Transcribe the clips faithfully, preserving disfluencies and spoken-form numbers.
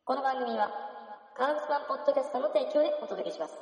この番組は川口版ポッドキャストの提供でお届けします。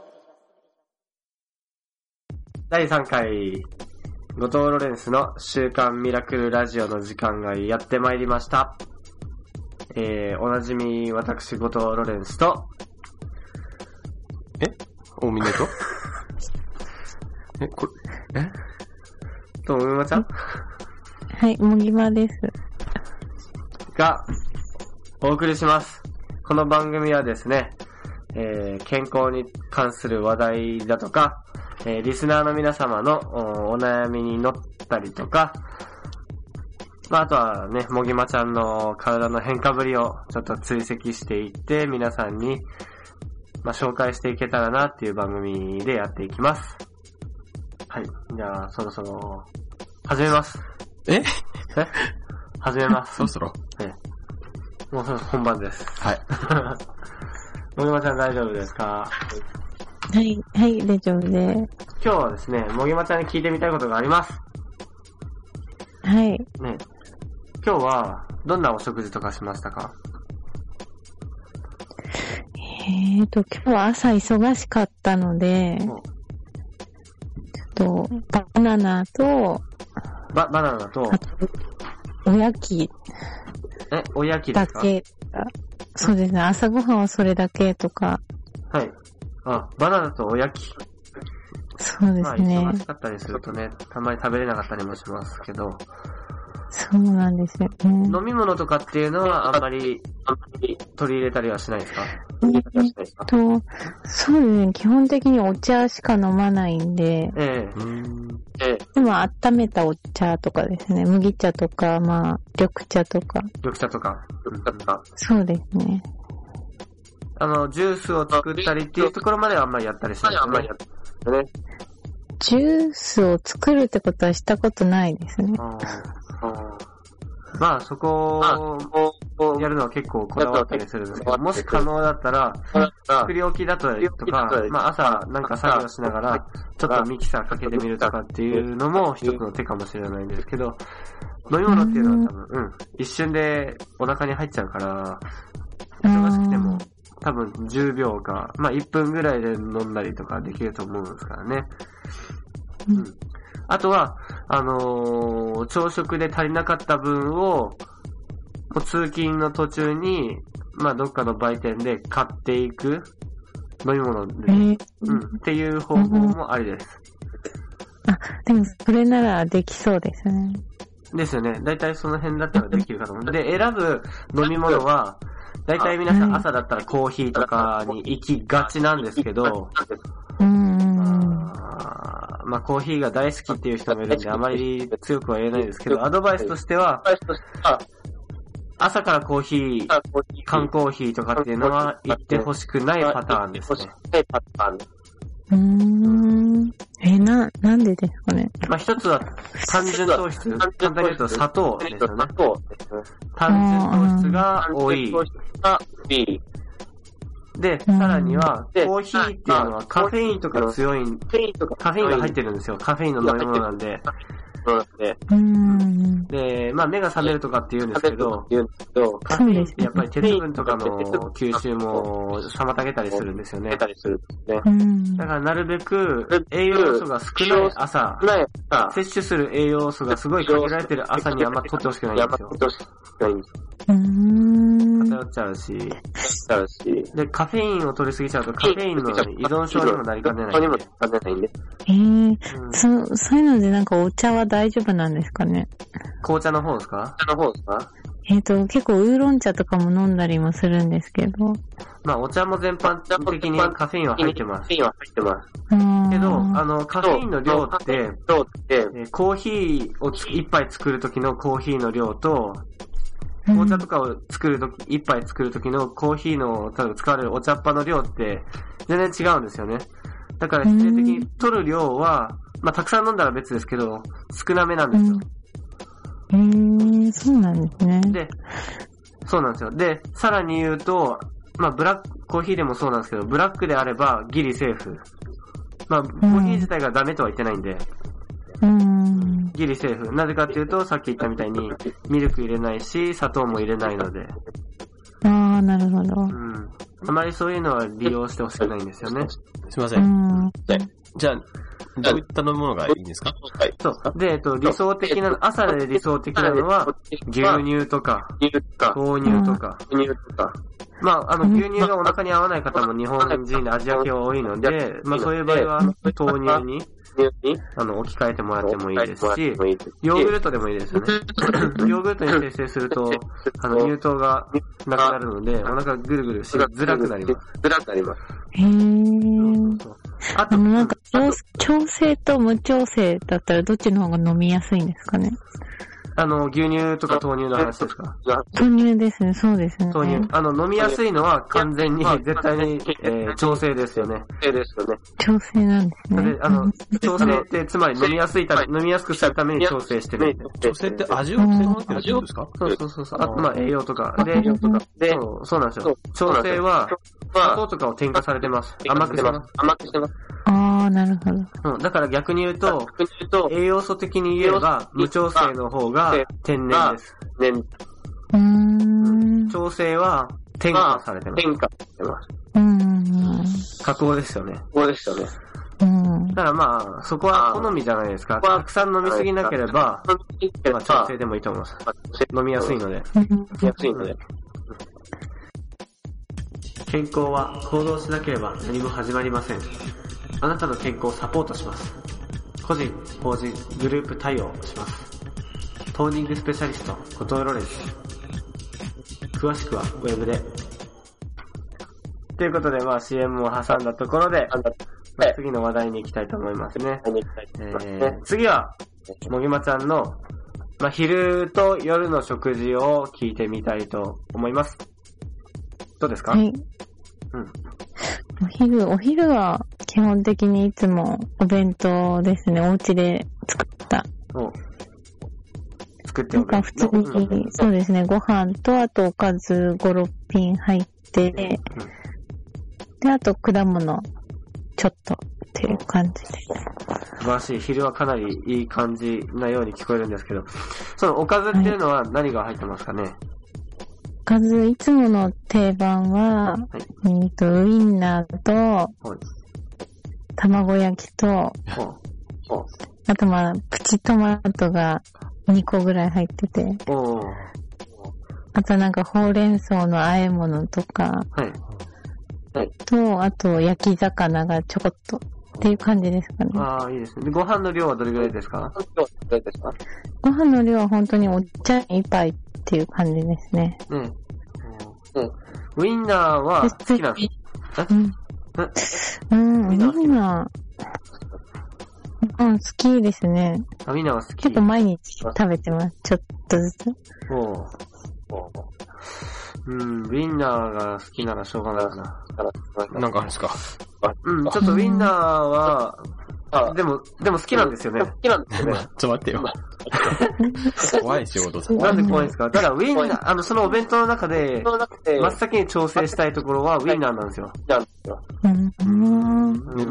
だいさんかい後藤ロレンスの週刊ミラクルラジオの時間がやってまいりました。えー、おなじみ私後藤ロレンスとえ大峰とえこれえともみまちゃんはい、もぎまですがお送りします。この番組はですね、えー、健康に関する話題だとか、えー、リスナーの皆様の お, お悩みに乗ったりとか、まあ、あとはね、もぎまちゃんの体の変化ぶりをちょっと追跡していって皆さんに、まあ、紹介していけたらなっていう番組でやっていきます。はい、じゃあそろそろ始めます。 ええ始めます。 そろそろええもうそろそろ本番です。 はい。 もぎまちゃん大丈夫ですか？ はい、はい、大丈夫で。 今日はですね、もぎまちゃんに聞いてみたいことがあります。 はい。 ね、今日はどんなお食事とかしましたか？ えーと、今日は朝忙しかったので、とバナナと、 バ、バナナと、 あと、おやき。 え、おやきですか？ だけ。そうですね、朝ごはんはそれだけとか。 はい。あ、バナナとおやき。 そうですね。 まあ、忙しかったりするとね、たまに食べれなかったりもしますけど。 そうなんですよね。 飲み物とかっていうのはあんまり、あんまり取り入れたりはしないですか？ えっと、そうですね、基本的にお茶しか飲まないんで、 ええええ、でも温めたお茶とかですね、麦茶とか、まあ、緑茶とか。 緑茶とか。緑茶とか。 そうですね。 あの、ジュースを作ったりっていうところまではあんまりやったりしないですね。あんまりやったりね。 ジュースを作るってことはしたことないですね。 ああまあそこをやるのは結構こだわったりするんですけど、もし可能だったら、作り置きだとか、まあ朝なんか作業しながら、ちょっとミキサーかけてみるとかっていうのも一つの手かもしれないんですけど、飲み物っていうのは多分、うん、一瞬でお腹に入っちゃうから、忙しくても多分じゅうびょうか、まあいっぷんぐらいで飲んだりとかできると思うんですからね。うん。あとは、あのー、朝食で足りなかった分を、通勤の途中に、まあ、どっかの売店で買っていく飲み物で、えー、うん、っていう方法もありです。 あ、でも、それならできそうですね。 ですよね。だいたいその辺だったらできるかと思う。で、選ぶ飲み物は、だいたい皆さん朝だったらコーヒーとかに行きがちなんですけど、 うんまあコーヒーが大好きっていう人もいるんであまり強くは言えないですけど、アドバイスとしては、朝からコーヒー、缶コーヒーとかっていうのは言ってほしくないパターンですね。 うーん。え、な、なんでですかね。 まあ一つは単純糖質、簡単に言うと砂糖ですよね。単純糖質が多い。で、さらには、コーヒーっていうのはカフェインとか強い、カフェインが入ってるんですよ。カフェインの飲み物なんで。で、まあ目が覚めるとかって言うんですけど、カフェインってやっぱり鉄分とかの吸収も妨げたりするんですよね。だからなるべく栄養素が少ない朝、摂取する栄養素がすごい限られてる朝にあんま取ってほしくないんですよ。 うーん。 偏っちゃうし、で、カフェインを取りすぎちゃうとカフェインの依存症にもなりかねないんで。 えー、うん、そ、そういうのでなんかお茶は大丈夫なんですかね？ 紅茶の方ですか？紅茶の方ですか？ えっと、結構ウーロン茶とかも飲んだりもするんですけど。 まあお茶も全般的にカフェインは入ってます。カフェインは入ってます。けど、あの、カフェインの量って、コーヒーを一杯作るときのコーヒーの量と、紅茶とかを作るとき、一杯作るときのコーヒーの、例えば使われるお茶っ葉の量って全然違うんですよね。だから必然的に取る量は、まあたくさん飲んだら別ですけど、少なめなんですよ。 へえー、そうなんですね。 で、そうなんですよ。で、さらに言うと、まあブラック、コーヒーでもそうなんですけど、ブラックであればギリセーフ。まあ、コーヒー自体がダメとは言ってないんで、 うん、 ギリセーフ。なぜかっていうと、さっき言ったみたいに、ミルク入れないし、砂糖も入れないので。 ああ、 あ、なるほど。 うん。あまりそういうのは利用してほしくないんですよね。 すいません。うん、じゃあ、どういった飲み物がいいんですか？ そう。で、えっと、理想的な、朝で理想的なのは、牛乳とか、豆乳とか、まあ、あの、牛乳がお腹に合わない方も日本人でアジア系は多いので、まあそういう場合は豆乳に、あの、置き換えてもらってもいいですし、ヨーグルトでもいいですよね。ヨーグルトに生成すると、あの、乳糖がなくなるので、お腹がぐるぐるしづらくなります。づらくなります。 へー。あと、なんか、調整と無調整だったらどっちの方が飲みやすいんですかね？ あの、牛乳とか豆乳の話ですか？ 豆乳ですね、そうですね。 豆乳。あの、飲みやすいのは完全に、絶対に、えー、調整ですよね。 調整なんですね。 で、あの、調整って、つまり飲みやすいため、飲みやすくするために調整してる。 調整って味を強まってるってことですか？ そうそうそうそう。あと、まあ、栄養とか。で、栄養とか。で、そう、そうなんですよ。調整は、砂糖とかを添加されてます。甘くしてます。甘くしてます。 ああ、なるほど。 うん。だから逆に言うと、栄養素的に言えば、無調整の方が天然です。 うーん。 調整は添加されてます。添加されてます。 うーん。 加工ですよね。加工ですよね。 うん。 だからまあ、そこは好みじゃないですか。たくさん飲みすぎなければ、まあ調整でもいいと思います。飲みやすいので。飲みやすいので。健康は行動しなければ何も始まりません。あなたの健康をサポートします。個人、法人、グループ対応します。トーニングスペシャリスト、後藤ロレンス。詳しくはウェブで。ということで、まあ シーエム を挟んだところで、まあ、次の話題に行きたいと思いますね。えー、次は、もぎまちゃんの、まあ、昼と夜の食事を聞いてみたいと思います。どうですか？ はい。うん。 お昼、お昼は基本的にいつもお弁当ですね。お家で作った。 お作っておく。 なんか普通に、そうですね。ご飯と、あとおかずご、ろっぴん入って、うん、で、あと果物、ちょっとっていう感じです。 素晴らしい。昼はかなりいい感じなように聞こえるんですけど、そのおかずっていうのは何が入ってますかね？はい、 おかず、いつもの定番は、はい、えっと、ウインナーと、はい、卵焼きと、はい、あとまあ、プチトマトがにこぐらい入ってて、おあとなんかほうれん草の和え物とか、はいはい、と、あと焼き魚がちょこっとっていう感じですかね。 ああ、いいですね。で、ご飯の量はどれぐらいですか？ ご飯の量は本当にお茶一杯っていう感じですね。うん。うん。 ウインナーは好きなんですか？ うん。うん、ウインナー。うん、好きですね。 ウインナーは好き。 結構毎日食べてます。ちょっとずつ。おう。 うん、ウインナーが好きならしょうがないかな。 なんかあるんですか？ うん、ちょっとウインナーは、あ、でも、でも好きなんですよね。好きなんですよね。 ちょっと待ってよ。怖い仕事さ。 なんで怖いんですか？ただウインナー、あの、そのお弁当の中で、真っ先に調整したいところはウインナーなんですよ。 うん。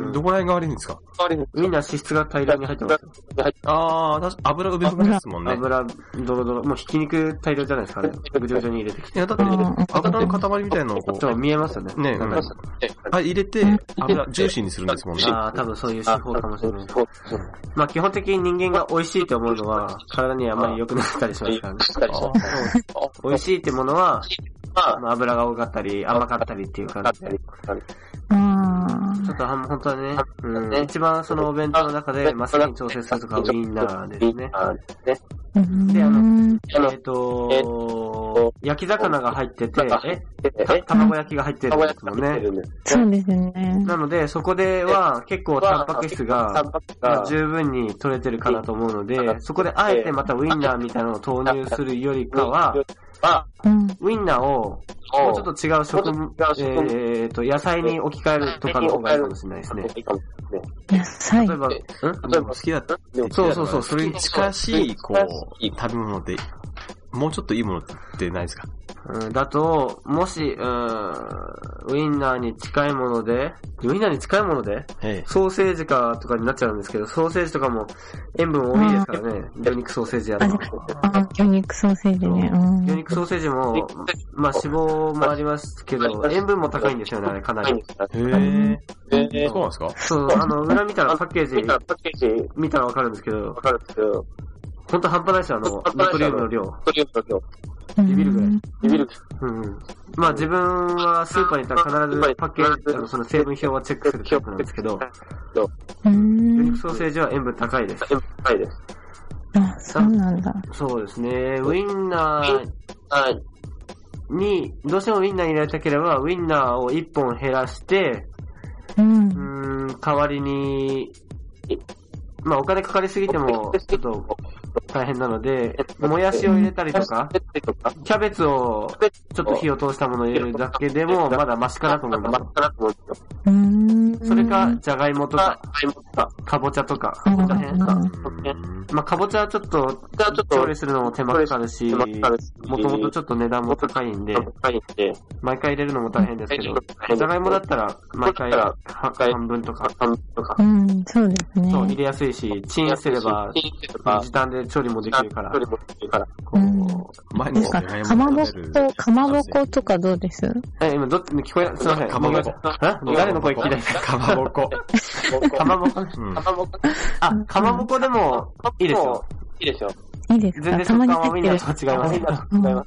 どこら辺が悪いんですか？ ウインナー脂質が大量に入ってます。 ああ、油が分ですもんね。 油、ドロドロ、もうひき肉大量じゃないですかね。ぐちょぐちょに入れてきて。 いや、だって、油の塊みたいなのをこう。 ちょっと見えますよね。 ね、うん。あ、入れて、油、ジューシーにするんですもんね。 ああ、多分そういう手法かもしれない。まあ基本的に人間が美味しいと思うのは、体にあまり良くなったりしますからね。美味しいってものは、まあ、油が多かったり、甘かったりっていう感じで。ちょっと本当はね、うん、一番そのお弁当の中で真っ先に調整するとかウインナーですね。で、あの、えっと、焼き魚が入ってて、え卵焼きが入ってるんですもんね。 そうですね。 なので、そこでは結構タンパク質が十分に取れてるかなと思うので、そこであえてまたウインナーみたいなのを投入するよりかは、ウインナーをもうちょっと違う食、えっと、野菜に置き換えるとかの方がいいかもしれないですね。 野菜例えば、ん例えば好きだった。 そうそうそう、 それに近しい、こう、食べ物で、もうちょっといいものってないですか？ うん、だと、もし、うん、ウインナーに近いもので、ウインナーに近いもので、ええ、ソーセージかとかになっちゃうんですけど、ソーセージとかも塩分多いですからね。魚肉ソーセージやると。 魚肉ソーセージね。うん、 魚肉ソーセージも、まあ脂肪もありますけど、塩分も高いんですよね、あれかなり。 へぇー。そうなんですか？ そう、あの、裏見たらパッケージ、見たらわかるんですけど、ほんと半端ないですよ、あの、ナトリウムの量。ビビるぐらい。ビビる。うん。まあ自分はスーパーに行ったら必ずパッケージ、あの、その成分表はチェックするタイプなんですけど、魚肉ソーセージは塩分高いです。塩分高いです。 あ、そうなんだ。 そうですね。ウインナーに、どうしてもウインナーに入れたければ、ウインナーをいっぽん減らして、うん、うーん代わりに、まあお金かかりすぎても、ちょっと大変なので、もやしを入れたりとか、キャベツをちょっと火を通したものを入れるだけでも、まだマシかなと思います。うーんそれか、じゃがいもとか、かぼちゃとか、この辺まあ、かぼちゃはちょっと、調理するのも手間かかるし、もともとちょっと値段も高いんで、毎回入れるのも大変ですけど、じゃがいもだったら、毎回半分とか、 うん、そうですね。 そう、入れやすいし、チンすれば、時短で調理もできるから。 うん、毎日かまぼこ、かまぼことかどうです？ え、今どっち聞こえ、すいません。 かまぼこ。 え？誰の声聞きたいですか？ かまぼこ。 かまぼこ。あ、かまぼこでも、いいですよ。いいですよ。 いいですか？ 全然食感はみんなと違います。違います。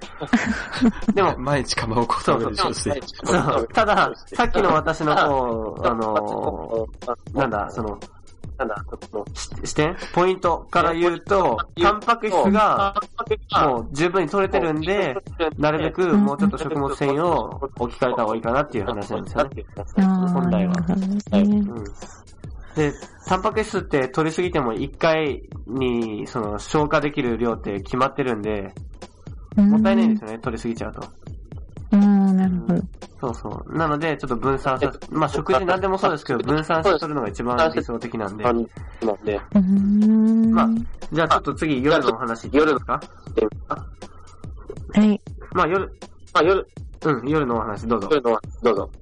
でも、 毎日かまぼこ食べるでしょ、そう。 ただ、さっきの私のこう、あの、なんだ、その、なんだ、視点ポイントから言うと、タンパク質がもう十分に取れてるんで、なるべくもうちょっと食物繊維を置き換えた方がいいかなっていう話なんですよね。本来は。うん、で、タンパク質って取りすぎても一回にその消化できる量って決まってるんで、もったいないんですよね、取りすぎちゃうと。 うん、なるほど。 そうそう。なので、ちょっと分散させ、まあ食事なんでもそうですけど、分散して取るのが一番理想的なんで。まあ、じゃあちょっと次、夜のお話。夜ですか？ はい。 まあ夜、まあ夜、うん、夜のお話、どうぞ。夜の、どうぞ。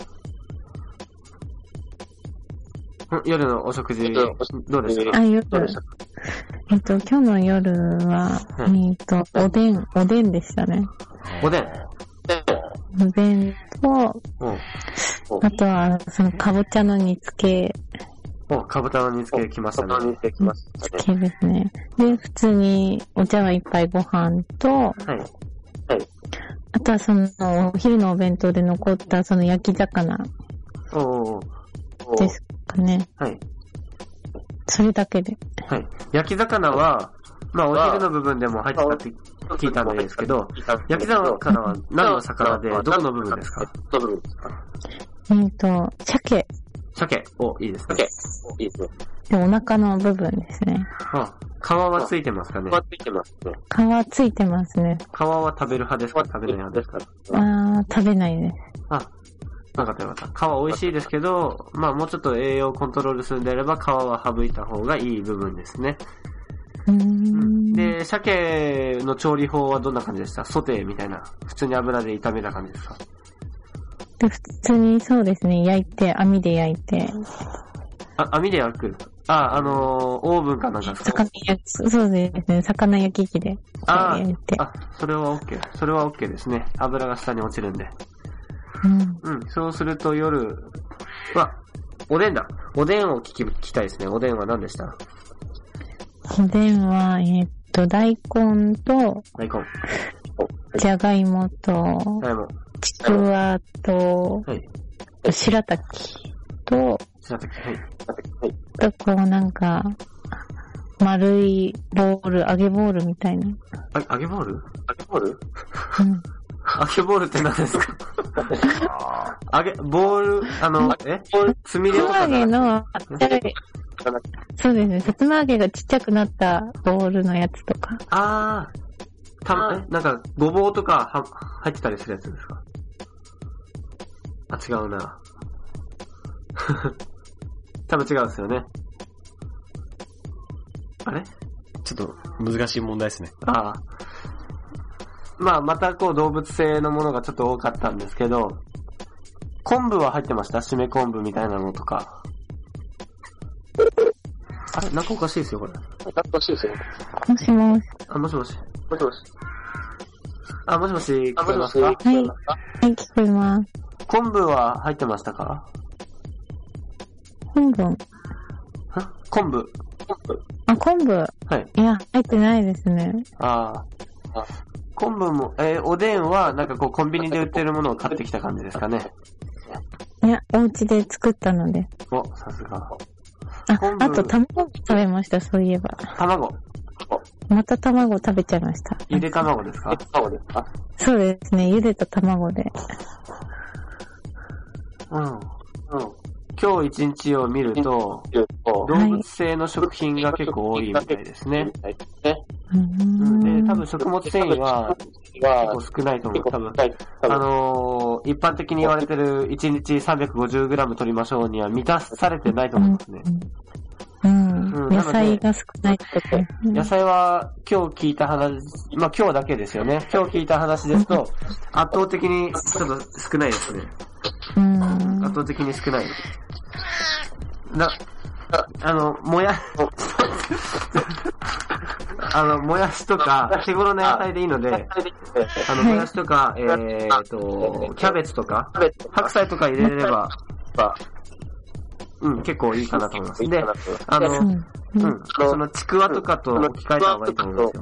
夜のお食事、どうでしたか？ あ、夜。えっと、今日の夜は、えっと、おでん、おでんでしたね。 おでんおでんと、あとは、その、かぼちゃの煮付け。 お、かぼちゃの煮付け来ましたね。煮付け来ましたね。煮付けですね。で、普通に、お茶碗一杯ご飯と、はい。はい。あとはその、お昼のお弁当で残った、その焼き魚。おー。ですかね。はい。それだけで。 はい。焼き魚は、まあ、お昼の部分でも入ってたって聞いたんですけど、焼き魚は何の魚で、どこの部分ですか？どの部分ですか？ えっと、鮭。 鮭。お、いいですね。いいですね。 で、お腹の部分ですね。 あ、皮はついてますかね？皮ついてますね。 皮ついてますね。 皮は食べる派ですか？食べない派ですか？ あー、食べないです。 あ、なかったよかった。皮美味しいですけど、まあもうちょっと栄養をコントロールするんであれば、皮は省いた方がいい部分ですね。うーんで、鮭の調理法はどんな感じでした？ソテーみたいな。普通に油で炒めた感じですか？ で、普通にそうですね、焼いて、網で焼いて。 あ、網で焼く？あ、あのー、オーブンかなんかですか？ 魚焼き、そうですね、魚焼き器で焼いて。 あ、あ、それは OK。それは OK ですね。油が下に落ちるんで。うん。うん、そうすると夜は、おでんだ。おでんを聞き、聞きたいですね。おでんは何でした？ おでんは、えー、っと、大根と、 大根。 じゃがいもと、 じゃがいも。 ちくわと、はい、白滝と、 白滝、はい。 はい。と、こうなんか、丸いボール、揚げボールみたいな。 あ、揚げボール？揚げボール？うん。揚げボールって何ですか？揚げ、ボール、あの、えつみれとか。 さつま揚げの、そうですね、さつま揚げがちっちゃくなったボールのやつとか。 あー。たま、えなんか、ごぼうとかは入ってたりするやつですか？あ、違うな。多分違うんですよね。あれ？ ちょっと難しい問題ですね。 ああ。まあ、またこう動物性のものがちょっと多かったんですけど、昆布は入ってました？しめ昆布みたいなのとか。あれなんかおかしいですよ、これ。なんかおかしいですよ。 もしもし。 あ、もしもし。 もしもし。あ、もしもし、聞こえますか？ はい。はい、聞こえます。 昆布は入ってましたか？ 昆布。 昆布。 あ、昆布。 はい。 いや、入ってないですね。 ああ。昆布も、えー、おでんは、なんかこう、コンビニで売ってるものを買ってきた感じですかね。 いや、お家で作ったので。 お、さすが。 あ、あと卵食べました、そういえば。 卵。 また卵食べちゃいました。 ゆで卵ですか？卵ですか？ そうですね、ゆでた卵で。 うん。うん。今日一日を見ると、動物性の食品が結構多いみたいですね。はい、で、多分食物繊維は結構少ないと思う。多分、あのー、一般的に言われてるいちにち さんびゃくごじゅうグラム 取りましょうには満たされてないと思いますね。 うん。うん、野菜が少ないとか。 野菜は今日聞いた話、まあ今日だけですよね。今日聞いた話ですと、圧倒的にちょっと少ないですね。 うん。 圧倒的に少ない。な、あの、もや、あの、もやしとか、手頃な野菜でいいので、あの、もやしとか、えーと、キャベツとか、白菜とか入れれば、うん、結構いいかなと思います。で、あの、うん、そのちくわとかと置き換えた方がいいと思いますよ。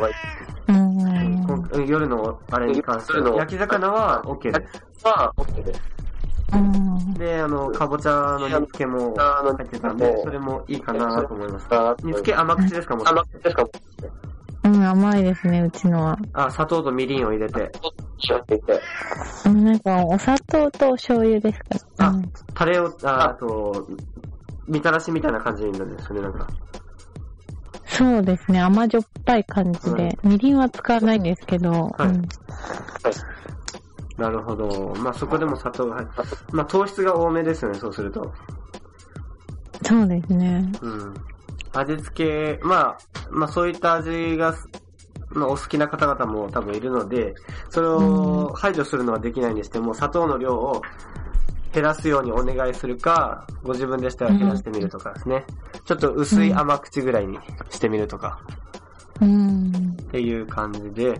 うん、夜のあれに関しては、焼き魚は OK です。は OK です。で、あの、かぼちゃの煮付けも入ってたんで、それもいいかなと思います。煮付け甘口ですか？もしかして。 うん、甘いですね、うちのは。 あ、砂糖とみりんを入れて。 うん、なんか、お砂糖とお醤油ですか？ あ、タレを、あ、あと、みたらしみたいな感じになるんですよね、なんか。 そうですね、甘じょっぱい感じで。みりんは使わないんですけど。はい。はいなるほど。まあ、そこでも砂糖が入って、まあ、糖質が多めですよね、そうすると。 そうですね。 うん。味付け、まあ、まあ、そういった味が、まあ、お好きな方々も多分いるので、それを排除するのはできないにしても、砂糖の量を減らすようにお願いするか、ご自分でしたら減らしてみるとかですね。うん、ちょっと薄い甘口ぐらいにしてみるとか。 うん。 っていう感じで、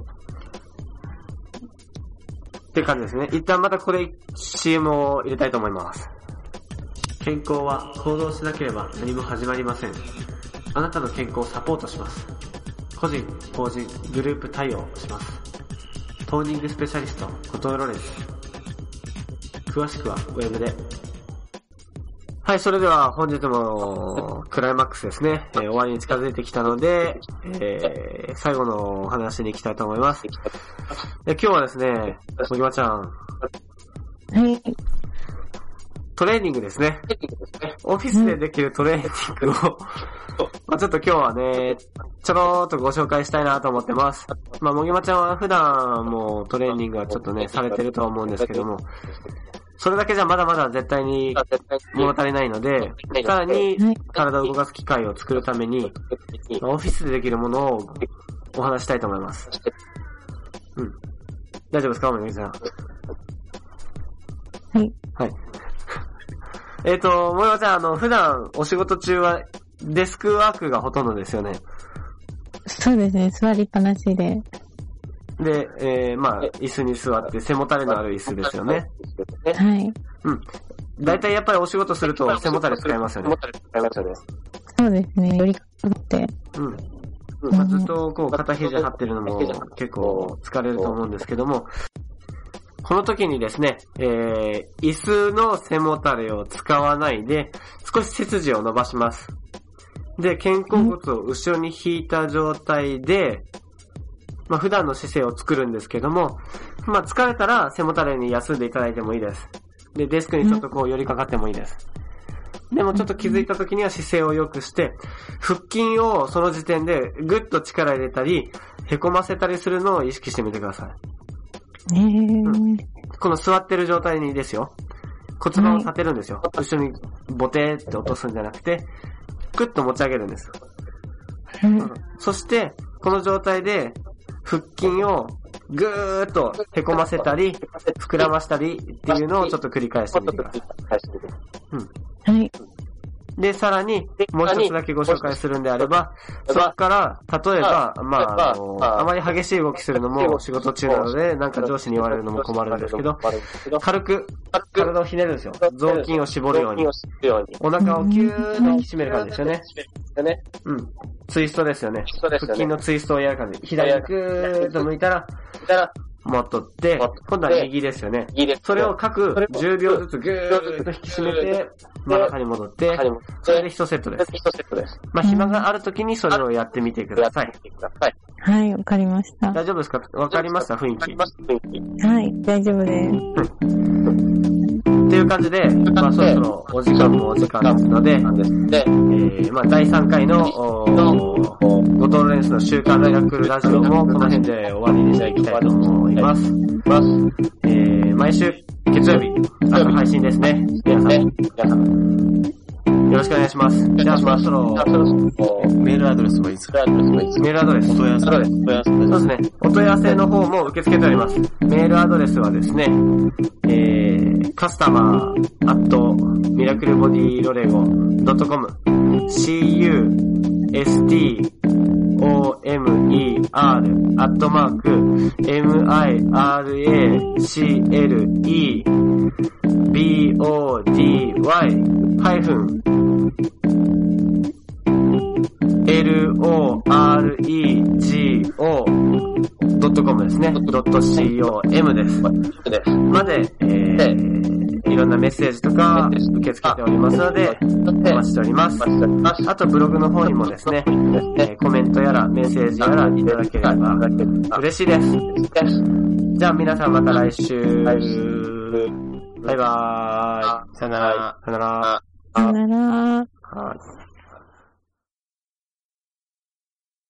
って感じですね。一旦またここで シーエム を入れたいと思います。健康は行動しなければ何も始まりません。あなたの健康をサポートします。個人、法人、グループ対応します。トーニングスペシャリスト、コトウロレです。詳しくはウェブで。はい、それでは本日もクライマックスですね、えー、終わりに近づいてきたので、えー、最後のお話に行きたいと思います。で今日はですね、もぎまちゃん。 はい。 トレーニングですね。オフィスでできるトレーニングを、まあちょっと今日はね、ちょろーっとご紹介したいなと思ってます。まあもぎまちゃんは普段もトレーニングはちょっとね、されてるとは思うんですけども、それだけじゃまだまだ絶対に物足りないので、さらに体を動かす機会を作るために、オフィスでできるものをお話したいと思います。うん。大丈夫ですか、もぎさん。 はい。 はい。えっと、もぎまちゃん、あの、普段お仕事中はデスクワークがほとんどですよね。 そうですね、座りっぱなしで。 で、えー、まあ、椅子に座って背もたれのある椅子ですよね。 はい。 うん。だいたいやっぱりお仕事すると背もたれ使いますよね。背もたれ使いますよね。 そうですね、よりかかって。 うん。うんまあ、ずっとこう肩肘張ってるのも結構疲れると思うんですけども、この時にですね、えー、椅子の背もたれを使わないで、少し背筋を伸ばします。で、肩甲骨を後ろに引いた状態で、まあ普段の姿勢を作るんですけども、まあ疲れたら背もたれに休んでいただいてもいいです。で、デスクにちょっとこう寄りかかってもいいです。でもちょっと気づいた時には姿勢を良くして、腹筋をその時点でぐっと力入れたり、へこませたりするのを意識してみてください。 へー、うん、 この座ってる状態にですよ。骨盤を立てるんですよ。後ろにボテーって落とすんじゃなくて、ぐっと持ち上げるんです。うん、そして、この状態で、腹筋をぐーっとへこませたり、膨らましたりっていうのをちょっと繰り返してみてください。うん。 はい。 で、さらに、もう一つだけご紹介するんであれば、そこから、例えば、まあ、あの、あまり激しい動きするのも仕事中なので、なんか上司に言われるのも困るんですけど、軽く、体をひねるんですよ。雑巾を絞るように。お腹をキューッと引き締める感じですよね。うん。ツイストですよね。腹筋のツイストをやる感じ。左にグーッと向いたら、戻って、今度は右ですよね。それを各じゅうびょうずつぐーっと引き締めて、真ん中に戻って、それで一セットです。まあ、暇があるときにそれをやってみてください。 はい、わかりました。 大丈夫ですか？わかりました雰囲気。 はい、大丈夫です。 っていう感じで、まあそろそろお時間もお時間ですので、えー、まあだいさんかいの、ゴトロレンスの週刊大学ラジオもこの辺で終わりにしていきたいと思います。えー、毎週月曜日、朝配信ですね。皆さん、皆さん。よろしくお願いします。じゃあ、そろそろ、 メールアドレスはいいですか？ メールアドレス。お問い合わせ。そうですね。お問い合わせの方も受け付けております。メールアドレスはですね、えー、カスタマーアットミラクルボディロレゴドットコム シーユーエスティーオーエムイーアール アットマーク エムアイアールエーシーエルイービーオーディーワイ ハイフン エルオーアールイージーオー ドットコムですね。ドット シーオーエム です。まで、えー、いろんなメッセージとか受け付けておりますので、お待ちしております。あとブログの方にもですね、えー、コメントやらメッセージやらいただければ嬉しいです。じゃあ皆さんまた来週。バイバーイ。 さよなら。 さよなら。 さよなら。 はい。